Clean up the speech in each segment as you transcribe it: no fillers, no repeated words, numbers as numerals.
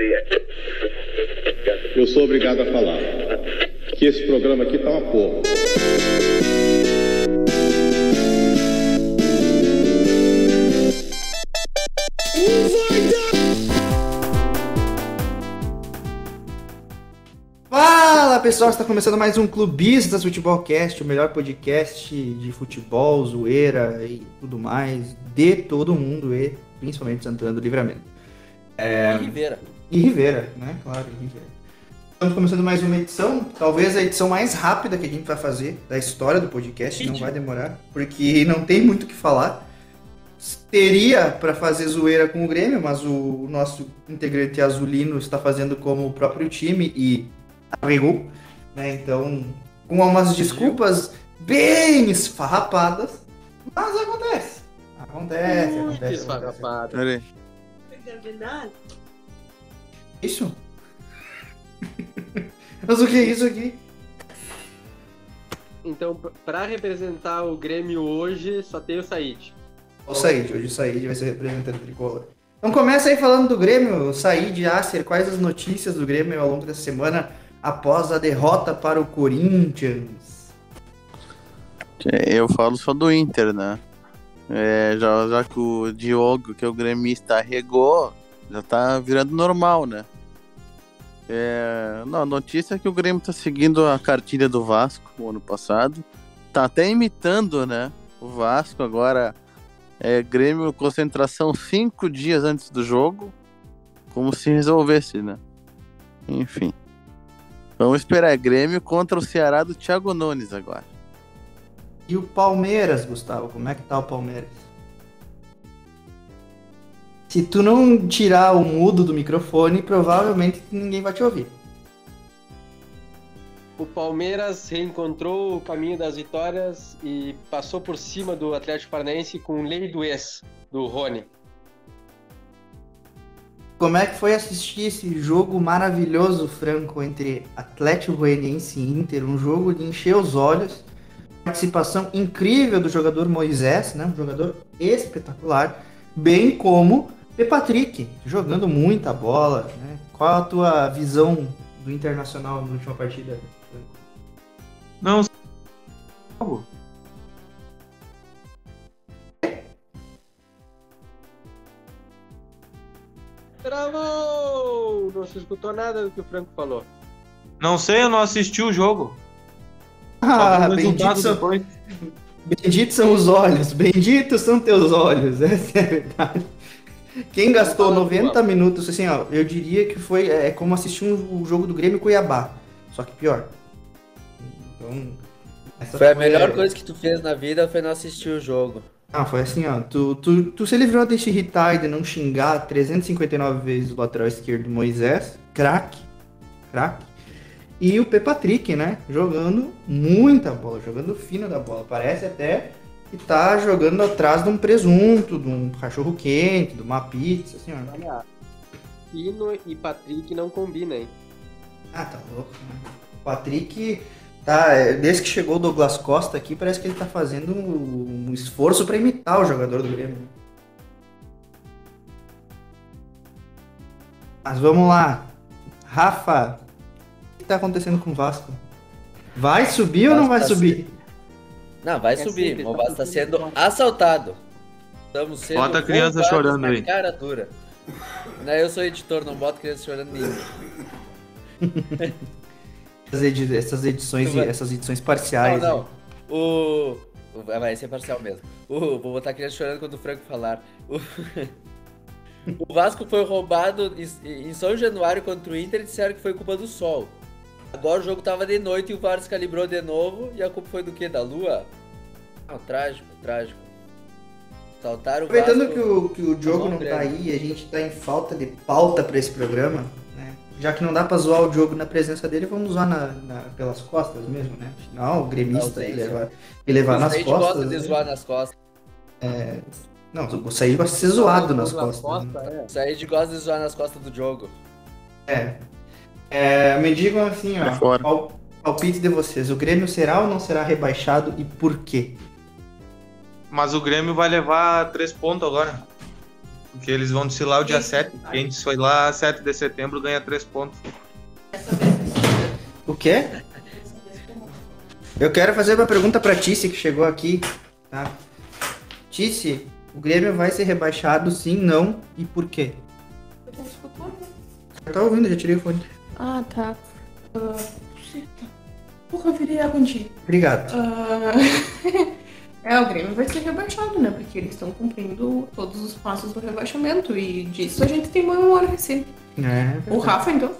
Eu sou obrigado a falar que esse programa aqui tá uma porra. Fala pessoal, está começando mais um Clubistas Futebolcast, o melhor podcast de futebol, zoeira e tudo mais de todo mundo e principalmente Santana do Livramento. E Rivera, né? Claro, e Rivera. Estamos começando mais uma edição, talvez a edição mais rápida que a gente vai fazer da história do podcast, não vai demorar, porque não tem muito o que falar. Teria para fazer zoeira com o Grêmio, mas o nosso integrante azulino está fazendo como o próprio time e arregou, né? Então, com umas desculpas bem esfarrapadas, mas acontece. Muito esfarrapado. Peraí. Isso? Mas o que é isso aqui? Então, para representar o Grêmio hoje, só tem o Said. O Said, hoje o Said vai ser representante tricolor. Então começa aí falando do Grêmio, Said, Acer, quais as notícias do Grêmio ao longo dessa semana após a derrota para o Corinthians? Eu falo só do Inter, né? Já que o Diogo, que é o gremista, arregou, já tá virando normal, né? A notícia é que o Grêmio tá seguindo a cartilha do Vasco o ano passado. Tá até imitando, né? O Vasco agora Grêmio concentração 5 dias antes do jogo, como se resolvesse, né? Enfim. Vamos esperar, Grêmio contra o Ceará do Thiago Nunes agora. E o Palmeiras, Gustavo, como é que tá o Palmeiras? Se tu não tirar o mudo do microfone, provavelmente ninguém vai te ouvir. O Palmeiras reencontrou o caminho das vitórias e passou por cima do Atlético Paranaense com lei do ex, do Rony. Como é que foi assistir esse jogo maravilhoso, Franco, entre Atlético Goianiense e Inter? Um jogo de encher os olhos. Participação incrível do jogador Moisés, né? Um jogador espetacular. Bem como o Patrick, jogando muita bola, né? Qual a tua visão do Internacional na última partida? Não. Travou! Não se escutou nada do que o Franco falou. Não sei, eu não assisti o jogo. Benditos são os olhos, benditos são teus olhos, essa é a verdade. Quem gastou 90 minutos, assim, ó, eu diria que foi como assistir um jogo do Grêmio Cuiabá, só que pior. Então, foi a melhor coisa que tu fez na vida, foi não assistir o jogo. Ah, foi assim, ó, tu se livrou de se irritar e de não xingar 359 vezes o lateral esquerdo Moisés, craque, e o Patrick, né, jogando muita bola, jogando fino da bola, parece até que tá jogando atrás de um presunto, de um cachorro quente, de uma pizza, assim, ó. Olha, Fino e Patrick não combinam, hein? Ah, tá louco, né? O Patrick, desde que chegou o Douglas Costa aqui, parece que ele tá fazendo um esforço pra imitar o jogador do Grêmio. Mas vamos lá. Rafa, o que tá acontecendo com o Vasco? Vai subir ou não vai subir? Não, vai subir. O Vasco tá sendo assaltado. Estamos sendo bota a criança chorando aí. Cara dura. Não, eu sou editor, não boto criança chorando nenhuma. Essas edições parciais. Não. Vai ser parcial mesmo. Vou botar a criança chorando quando o Franco falar. O Vasco foi roubado em São Januário contra o Inter e disseram que foi culpa do sol. Agora o jogo tava de noite e o VAR descalibrou de novo. E a culpa foi do quê? Da lua? Não, trágico. Saltaram o Vasco. Aproveitando que o Diogo não tá aí, a gente tá em falta de pauta pra esse programa, né? Já que não dá pra zoar o Diogo na presença dele, vamos zoar pelas costas mesmo, né? Não, o gremista levar nas costas. Gosta de zoar nas costas. Não, o Said gosta de ser zoado nas costas. O Said gosta de zoar nas costas do Diogo. Me digam assim, ó, palpite de vocês, o Grêmio será ou não será rebaixado e por quê? Mas o Grêmio vai levar 3 pontos agora. Porque eles vão desfilar o dia 7. Quem foi lá 7 de setembro ganha 3 pontos. O quê? Eu quero fazer uma pergunta pra Tice, que chegou aqui, tá? Tice, o Grêmio vai ser rebaixado sim, não e por quê? Eu tô escutando. Eu tava ouvindo, já tirei o fone. Ah, tá. Porra, eu virei água em ti. Obrigado. O Grêmio vai ser rebaixado, né? Porque eles estão cumprindo todos os passos do rebaixamento. E disso a gente tem uma memória recente. O Rafa, então.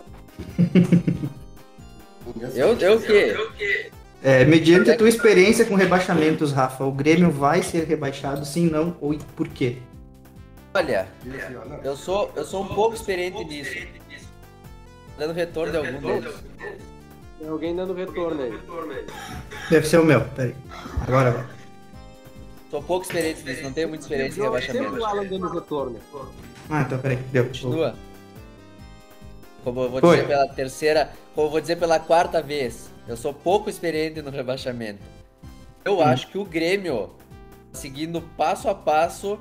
Eu o quê? Mediante a tua experiência com rebaixamentos, Rafa, o Grêmio vai ser rebaixado sim, não ou e por quê? Olha, eu sou um pouco experiente nisso. Dando retorno de algum deles. Tem alguém dando retorno aí. Deve ser o meu, peraí. Agora vai. Sou um pouco experiente nisso, não tenho muita experiência em rebaixamento. Sempre o Alan dando retorno. Ah, então peraí, deu. Continua. Como eu vou dizer pela terceira, como eu vou dizer pela quarta vez, eu sou pouco experiente no rebaixamento. Eu acho que o Grêmio, seguindo passo a passo,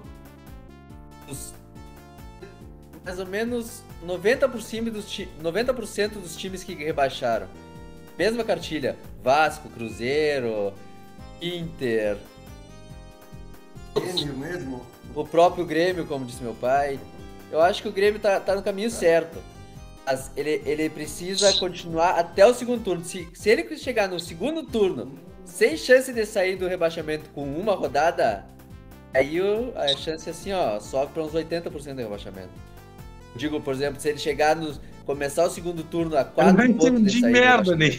mais ou menos 90% dos times que rebaixaram. Mesma cartilha, Vasco, Cruzeiro, Inter, Grêmio mesmo? o próprio Grêmio, como disse meu pai. Eu acho que o Grêmio tá no caminho certo. Mas ele precisa continuar até o segundo turno. Se ele chegar no segundo turno sem chance de sair do rebaixamento com uma rodada, aí a chance assim, ó, sobe para uns 80% de rebaixamento. Digo, por exemplo, se ele chegar começar o segundo turno a 4 pontos de sair merda, né?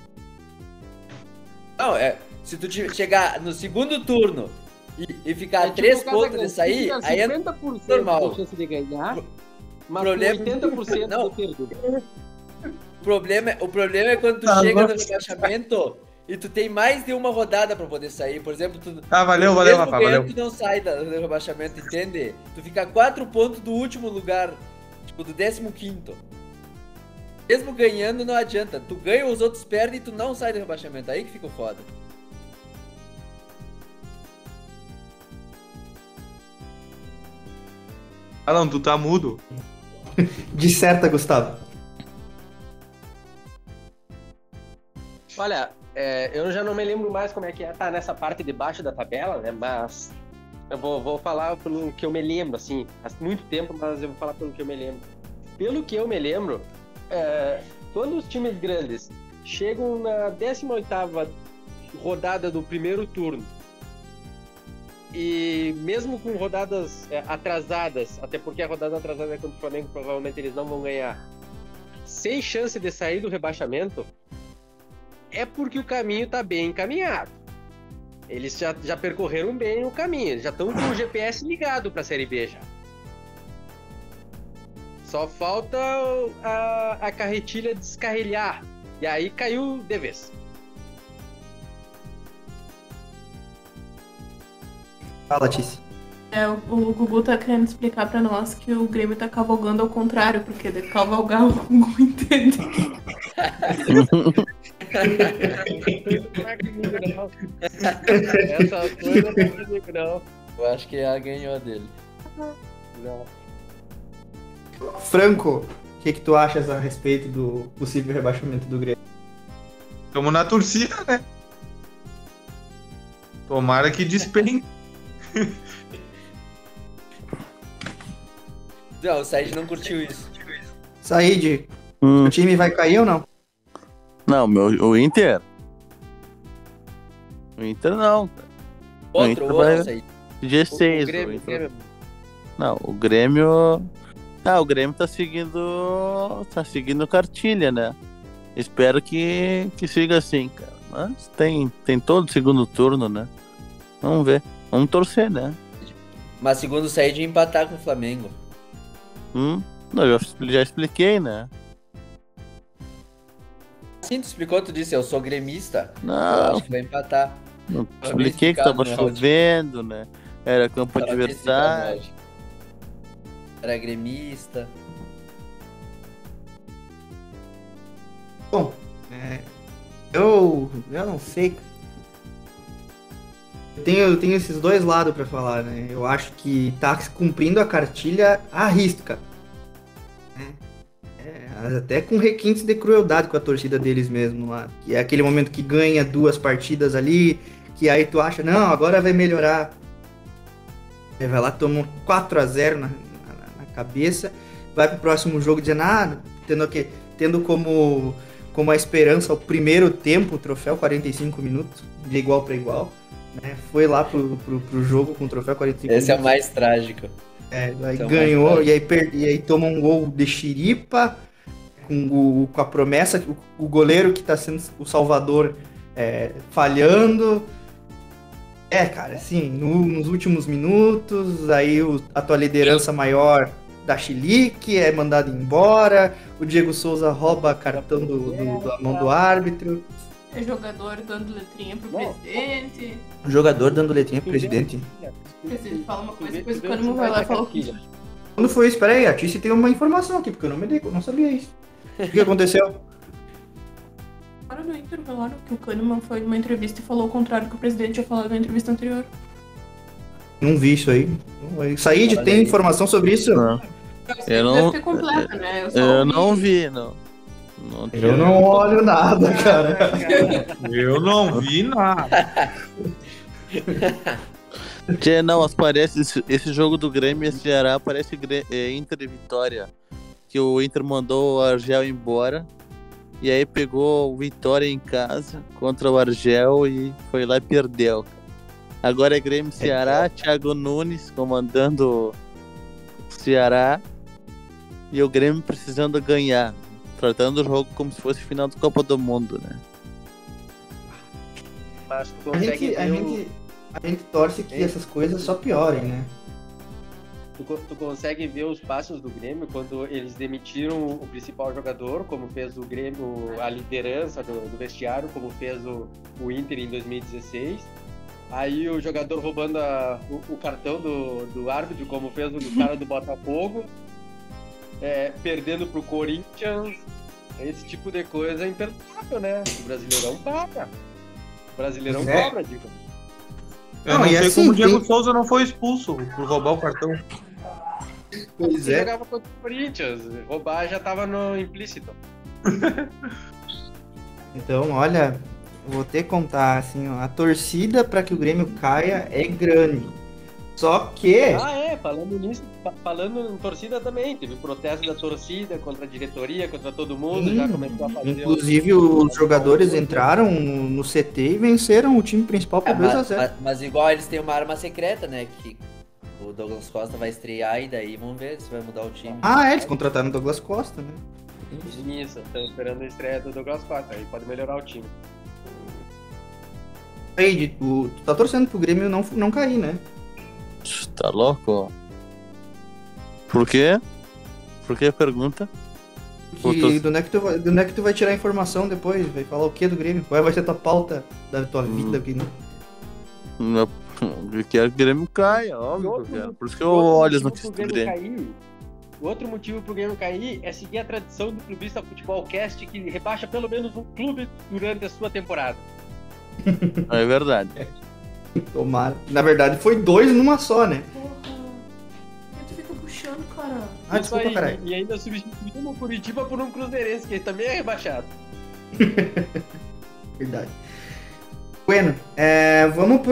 Não, se tu chegar no segundo turno e ficar a 3 pontos de sair, aí é 50% normal. de chance de ganhar, mas Problema- 80% Não. de perder. O problema é quando tu chega no rebaixamento e tu tem mais de uma rodada pra poder sair. Por exemplo, tu Valeu, mesmo Rafa, ganhando, valeu. tu não sai do rebaixamento, entende? Tu fica 4 pontos do último lugar, tipo, do 15º. Mesmo ganhando, não adianta. Tu ganha, os outros perdem e tu não sai do rebaixamento. Aí que fica o foda. Alan, tu tá mudo. Disserta, Gustavo. Olha, eu já não me lembro mais como é que tá nessa parte de baixo da tabela, né? Mas eu vou falar pelo que eu me lembro, assim, faz muito tempo, mas eu vou falar pelo que eu me lembro. Pelo que eu me lembro, todos os times grandes chegam na 18ª rodada do primeiro turno. E mesmo com rodadas atrasadas, até porque a rodada atrasada é contra o Flamengo, provavelmente eles não vão ganhar, sem chance de sair do rebaixamento, é porque o caminho está bem encaminhado. Eles já percorreram bem o caminho, já estão com o GPS ligado para a Série B já. Só falta a carretilha descarrilhar, e aí caiu de vez. Fala, Tice. O Gugu tá querendo explicar pra nós que o Grêmio tá cavalgando ao contrário, porque de cavalgar o Gugu entende. Não é comigo, não. Essa coisa não é comigo, não. Eu acho que ela ganhou dele. Não. Franco, o que tu achas a respeito do possível rebaixamento do Grêmio? Tamo na torcida, né? Tomara que despenque. Não, o Said não curtiu isso. Said, o time vai cair ou não? Não, o Inter. O Inter não. O Inter Outro, vai Said. G6. O Grêmio, o Inter. Grêmio. Não, o Grêmio. O Grêmio tá seguindo cartilha, né? Espero que siga assim, cara. Mas tem todo o segundo turno, né? Vamos ver. Vamos torcer, né? Mas segundo o Said, ia empatar com o Flamengo. Não, eu já expliquei, né? Sim, tu explicou, tu disse, eu sou gremista. Eu Não, acho que vai empatar. não Foi bem expliquei que explicado tava no áudio. chovendo, né? Era campo Tava bem explicado no adversário. áudio. Era gremista. Bom, eu não sei. Eu tenho esses dois lados pra falar, né? Eu acho que tá cumprindo a cartilha à risca. Até com requintes de crueldade com a torcida deles mesmo lá. Que é aquele momento que ganha 2 partidas ali, que aí tu acha, não, agora vai melhorar. Aí vai lá, toma 4-0 na cabeça, vai pro próximo jogo dizendo, tendo como a esperança o primeiro tempo, o troféu 45 minutos, de igual para igual. Né? Foi lá pro jogo com o troféu 45 Esse minutos. é o mais trágico. Aí ganhou, e aí toma um gol de chiripa, com a promessa, o goleiro que tá sendo o salvador falhando. Cara, assim, nos últimos minutos, aí a tua liderança maior da Chilique é mandado embora, o Diego Souza rouba cartão da mão do árbitro. É jogador dando letrinha pro presidente. Jogador dando letrinha pro presidente. O presidente fala uma coisa, depois o Kahneman vai lá e fala que... Quando foi isso? Peraí, a Tice tem uma informação aqui, porque eu não sabia isso. O que aconteceu? Agora no Inter falaram que o Kahneman foi numa entrevista e falou o contrário que o presidente tinha falado na entrevista anterior. Não vi isso aí. Said, tem informação sobre isso? Não. Eu não, deve ter completa, né? eu não vi, não. Eu não olho nada, cara. Eu não vi nada. Não, mas parece esse jogo do Grêmio e esse Ceará parece Inter e Vitória. Que o Inter mandou o Argel embora. E aí pegou o Vitória em casa contra o Argel e foi lá e perdeu. Agora é Grêmio e Ceará, Thiago Nunes comandando o Ceará. E o Grêmio precisando ganhar. Tratando o jogo como se fosse final da Copa do Mundo, né? Mas tu consegue A gente torce que essas coisas só piorem, né? Tu consegue ver os passos do Grêmio quando eles demitiram o principal jogador, como fez o Grêmio, a liderança do vestiário, como fez o Inter em 2016. Aí o jogador roubando o cartão do árbitro, como fez o cara do Botafogo. Perdendo pro Corinthians. Esse tipo de coisa é imperdoável, né? O Brasileirão paga. O Brasileirão cobra, digo. Eu não sei assim, como o Diego Souza não foi expulso por roubar o cartão. Pois Ele jogava contra o Corinthians. Roubar já tava no implícito. Então, olha, vou ter que contar, assim, ó, a torcida para que o Grêmio caia é grande. Só que... falando nisso, falando em torcida também, teve protesto da torcida contra a diretoria, contra todo mundo, já começou a fazer... Inclusive os jogadores entraram no CT e venceram o time principal por 2-0. Mas igual eles têm uma arma secreta, né, que o Douglas Costa vai estrear e daí vamos ver se vai mudar o time. Eles contrataram o Douglas Costa, né? Isso, estão esperando a estreia do Douglas Costa, aí pode melhorar o time. Aí, tu tá torcendo pro Grêmio não cair, né? Tá louco? Por quê? Por que a pergunta? De onde é que tu vai tirar a informação depois? Vai falar o que do Grêmio? Qual vai ser a tua pauta da tua vida aqui? Eu quero que o Grêmio caia, óbvio que eu quero. Por isso que eu olho as notícias do Grêmio. O outro motivo pro Grêmio cair é seguir a tradição do Clubista Futebol Cast, que rebaixa pelo menos um clube durante a sua temporada. É verdade. Tomara. Na verdade, foi 2 numa só, né? Porra. Tu fica puxando, cara. Desculpa, aí, caralho. E ainda substituímos o Curitiba por um Cruzeirense, que também é rebaixado. Verdade. Bueno, vamos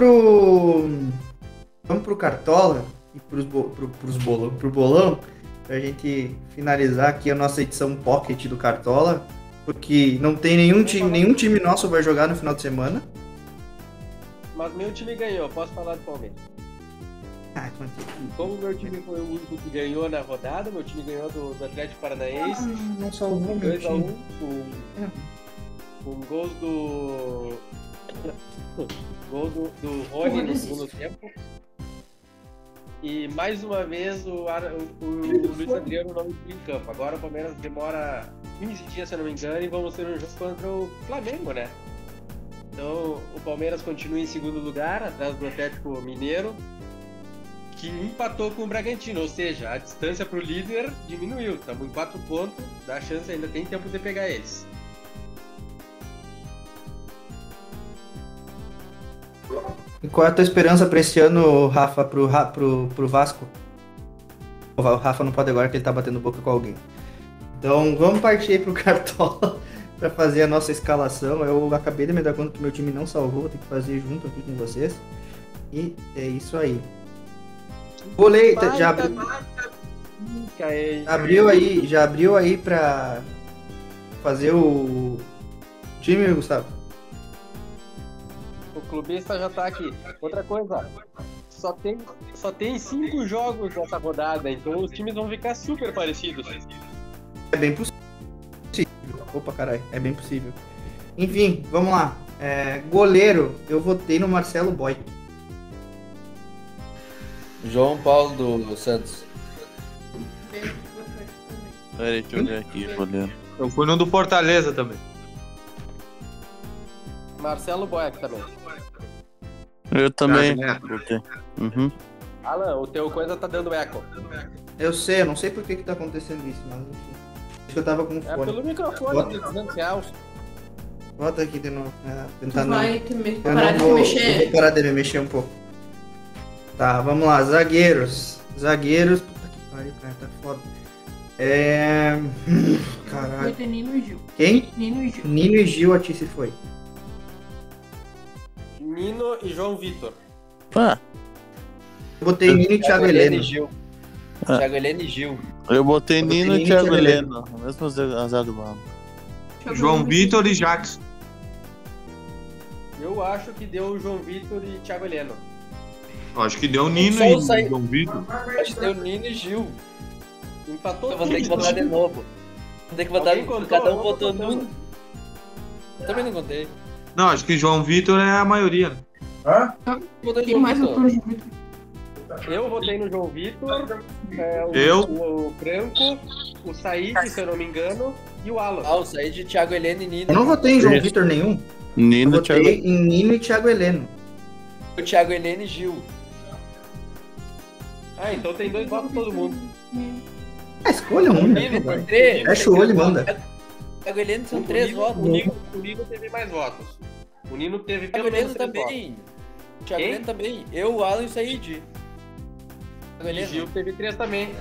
pro Cartola e pro bolão, pra gente finalizar aqui a nossa edição Pocket do Cartola, porque não tem nenhum time nosso vai jogar no final de semana. Mas meu time ganhou, posso falar do Palmeiras. Como meu time foi o único que ganhou na rodada, meu time ganhou do Atlético Paranaense. Não salvou meu 2-1 time. com gols do Rony no segundo tempo. E mais uma vez o Luiz Adriano não entrou em campo. Agora o Palmeiras demora 15 dias, se eu não me engano, e vamos ter um jogo contra o Flamengo, né? Então o Palmeiras continua em segundo lugar, atrás do Atlético Mineiro, que empatou com o Bragantino, ou seja, a distância para o líder diminuiu. Estamos em 4 pontos, dá chance, ainda tem tempo de pegar eles. E qual é a tua esperança pra esse ano, Rafa, pro Vasco? O Rafa não pode agora que ele tá batendo boca com alguém. Então vamos partir aí pro Cartola pra fazer a nossa escalação. Eu acabei de me dar conta que meu time não salvou, vou ter que fazer junto aqui com vocês. E é isso aí. Golei, já abriu aí pra fazer o time, Gustavo? O clubista já tá aqui. Outra coisa, só tem 5 jogos nessa rodada, então os times vão ficar super parecidos. É bem possível. Opa, caralho, é bem possível. Enfim, vamos lá. Goleiro, eu votei no Marcelo Boy. João Paulo do Santos. Peraí, deixa eu ver aqui, goleiro. Eu fui no do Fortaleza também. Marcelo Boeck também. Eu também. Tá, Botei. Uhum. Alan, o teu coisa tá dando eco. Eu não sei por que tá acontecendo isso, mas enfim. Acho que eu tava com É fone. pelo microfone, de 200 reais. Bota aqui de novo. Tentar Tu não. vai Eu parar não de vou, mexer. eu vou parar de me mexer um pouco. Tá, vamos lá. Zagueiros. Puta que pariu, cara, tá foda. Caralho. Foi Nino e Gil. Quem? Nino e Gil. Nino e Gil, a Tice foi. Nino e João Vitor. Pá, Eu botei Nino e Thiago Heleno. Gil. Ah. Thiago Heleno e Gil. eu botei Eu botei Nino e Nino e Thiago Thiago Heleno. A mesma zaga do Bala. João Vitor e Jackson. Eu acho que deu o João Vitor e Thiago Heleno. Acho que deu Nino Só e o Saí- João Vitor. Acho que deu Nino e Gil. Empatou Eu vou ter que tudo. votar de novo. Vou ter que votar. Alguém contou? Cada um Eu votou tô contando. num. Eu também não contei. Não, acho que João Vitor é a maioria. Votou em Quem João mais Vitor. votou no Gil Vitor? Eu votei no João Vitor, Eu? o Franco, o Said, se eu não me engano, e o Alan. Ah, eu saí de Thiago Heleno e Nino. Eu não votei em João Isso. Vitor nenhum. Eu Nino e votei Thiago. em Nino e Thiago Heleno. O Thiago Heleno e Gil. Ah, então tem 2 votos todo mundo. Escolha um, né? Nino, Vai. por 3. Fecha o olho e manda. Thiago Heleno são O 3 Nino- votos. O Nino teve mais votos. O Nino teve Thiago pelo menos Heleno 3 votos. também. Thiago Quem? Heleno também. Eu, o Alan e o Said. Thiago E Heleno. Gil teve 3 também.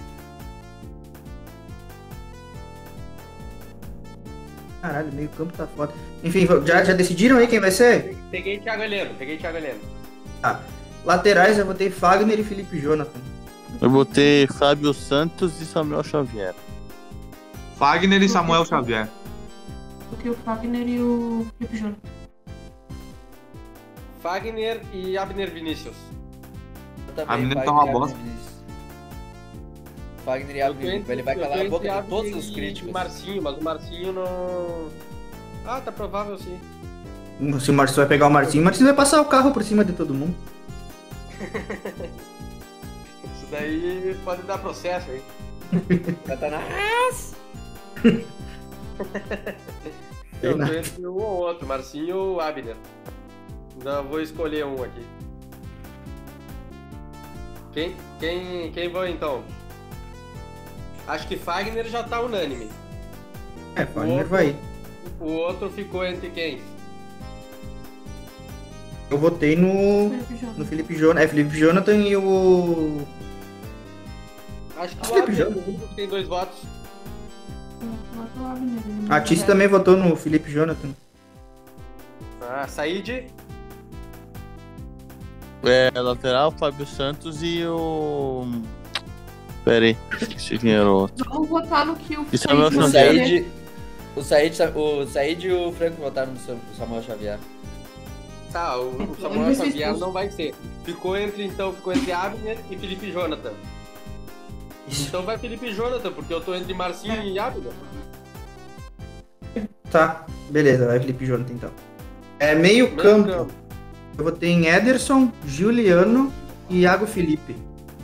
Caralho, meio campo tá foda. Enfim, já decidiram aí quem vai ser? Peguei Thiago Heleno. Laterais, eu botei Fagner e Felipe Jonathan. Eu botei Fábio Santos e Samuel Xavier. Fagner e Samuel Xavier. Porque o Fagner e o Felipe Júnior. Fagner e Abner Vinícius. Eu também, A menina Fagner tá uma e Abner bosta. Vinícius. Fagner e Abner. Ele vai calar a boca de todos os críticos. Marcinho, mas o Marcinho não... Ah, tá provável sim. Se o Marcinho vai pegar o Marcinho vai passar o carro por cima de todo mundo. Isso daí pode dar processo, hein? Vai tá na... Eu tô entre um ou outro, Marcinho ou Abner. Não, vou escolher um aqui. Quem vai então? Acho que Fagner já tá unânime. Fagner vai. O outro ficou entre quem? Eu votei no Felipe Júnior. Felipe Jonathan. Felipe Jonathan e o... Acho que o Felipe Abner Jonathan. o único que tem 2 votos. Votou o Abner, ele A não Tice vai. também votou no Felipe Jonathan. Ah, Said, Lateral, Fábio Santos e o. Pera aí, esqueci quem era o outro. Vamos votar no que o E Samuel Felipe O Xavier. Said, o Said e o Franco votaram no Samuel Xavier. tá, o Samuel Ele vai ser Xavier expulso. não vai ser. Ficou entre Abner e Felipe Jonathan. Então vai Felipe Jonathan, porque eu tô entre Marcinho e Abner. Tá, beleza, vai Felipe Jonathan então. Meio campo. Eu votei em Ederson, Juliano e Iago Felipe.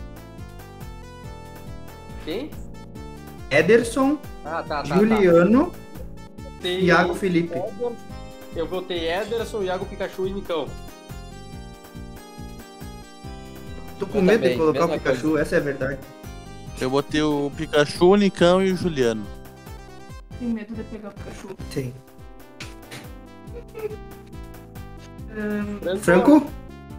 Quem? Ederson, Tá. Juliano Tem e Iago Felipe. Eu votei Ederson, Iago Pikachu e Nicão. Tô com Eu medo de também, colocar o mesma Pikachu, essa é a verdade. Eu botei o Pikachu, o Nicão e o Juliano. Tem medo de pegar o Pikachu. Tem. Franco?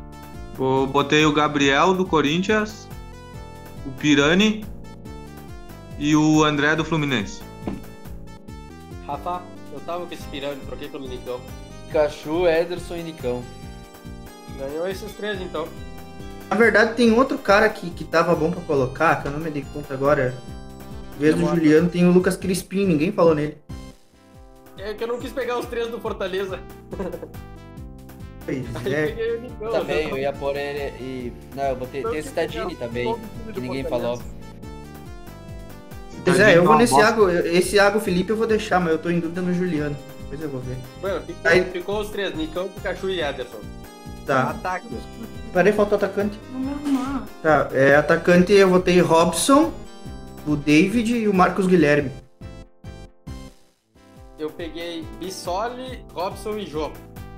Botei o Gabriel do Corinthians, o Pirani e o André do Fluminense. Rafa, eu tava com esse pirâmide, troquei pelo Nicão. Pikachu, Ederson e Nicão. Ganhou esses 3 então. Na verdade, tem outro cara que tava bom pra colocar, que eu não me dei conta agora. Em vez do Juliano, tem o Lucas Crispim, ninguém falou nele. É que eu não quis pegar os 3 do Fortaleza. Pois Aí é. peguei o Nicão. Também, eu ia pôr ele e... Não, eu botei... Tem esse Tadini também, que ninguém falou. Pois é, eu vou nesse Iago, esse Iago Felipe eu vou deixar, mas eu tô em dúvida no Juliano. Depois eu vou ver. Mano, ficou os 3, Nicão, Pikachu e Ederson. Tá. Ataque. Parei, faltou atacante. Vamos arrumar. Tá, atacante eu botei Robson, o David e o Marcos Guilherme. Eu peguei Bissoli, Robson e Jô.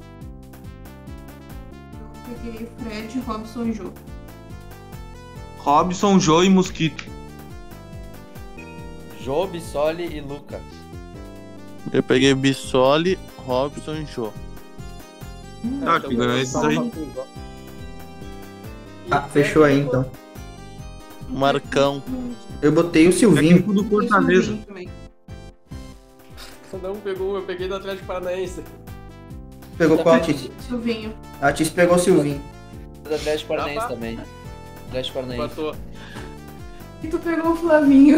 Eu peguei Fred, Robson e Jô. Robson, Jô e Mosquito. Jô, Bissoli e Lucas. Eu peguei Bissoli, Robson e Jô. Tá, que ganhou esses aí. Fechou aí então. Marcão. Eu botei o Silvinho. Equipe do Fortaleza. Cada um pegou, eu peguei do Atlético Paranaense. Pegou qual, Tice? Silvinho. A Tice pegou o Silvinho. Do Atlético Paranaense também. Atlético Paranaense. Empatou. E tu pegou o Flavinho.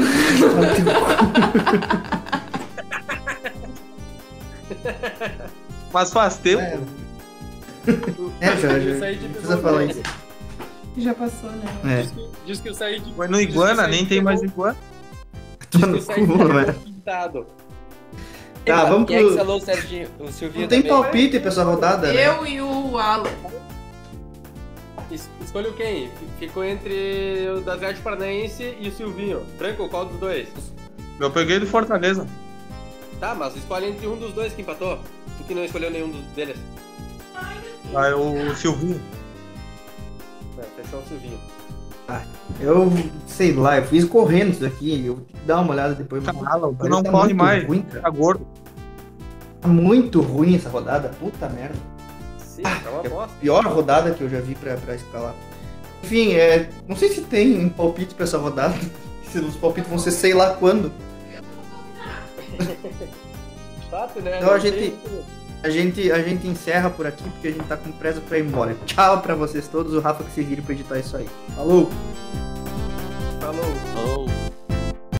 Mas faz tempo. Já precisa falar isso. Já passou, né? Diz que eu saí de... Foi no Iguana, nem tem mais Iguana. Tô no cu, velho. pintado. Tá, vamos Quem é que pro... falou o Serginho? O Silvinho Não tem também. palpite pra essa rodada, né? Eu e o Alan. Escolheu quem? Ficou entre o do Atlético Paranaense e o Silvinho. Franco, qual dos dois? Eu peguei do Fortaleza. Tá, mas escolhe entre um dos dois que empatou. Tu que não escolheu nenhum deles. Aí o Silvinho. Fechou o Silvinho. Eu sei lá, eu fiz correndo isso aqui. Eu vou dar uma olhada depois. Caralho, tu Parece não que tá corre muito mais. ruim, cara. Tá gordo. Tá muito ruim essa rodada, puta merda. Sim, tá uma bosta. Pior rodada que eu já vi pra escalar. Enfim, não sei se tem um palpite pra essa rodada. Se os palpites vão ser sei lá quando. Chato, né? Então Não a gente encerra por aqui porque a gente tá com pressa pra ir embora. Tchau pra vocês todos, o Rafa que se vire pra editar isso aí. Falou! Falou. Oh.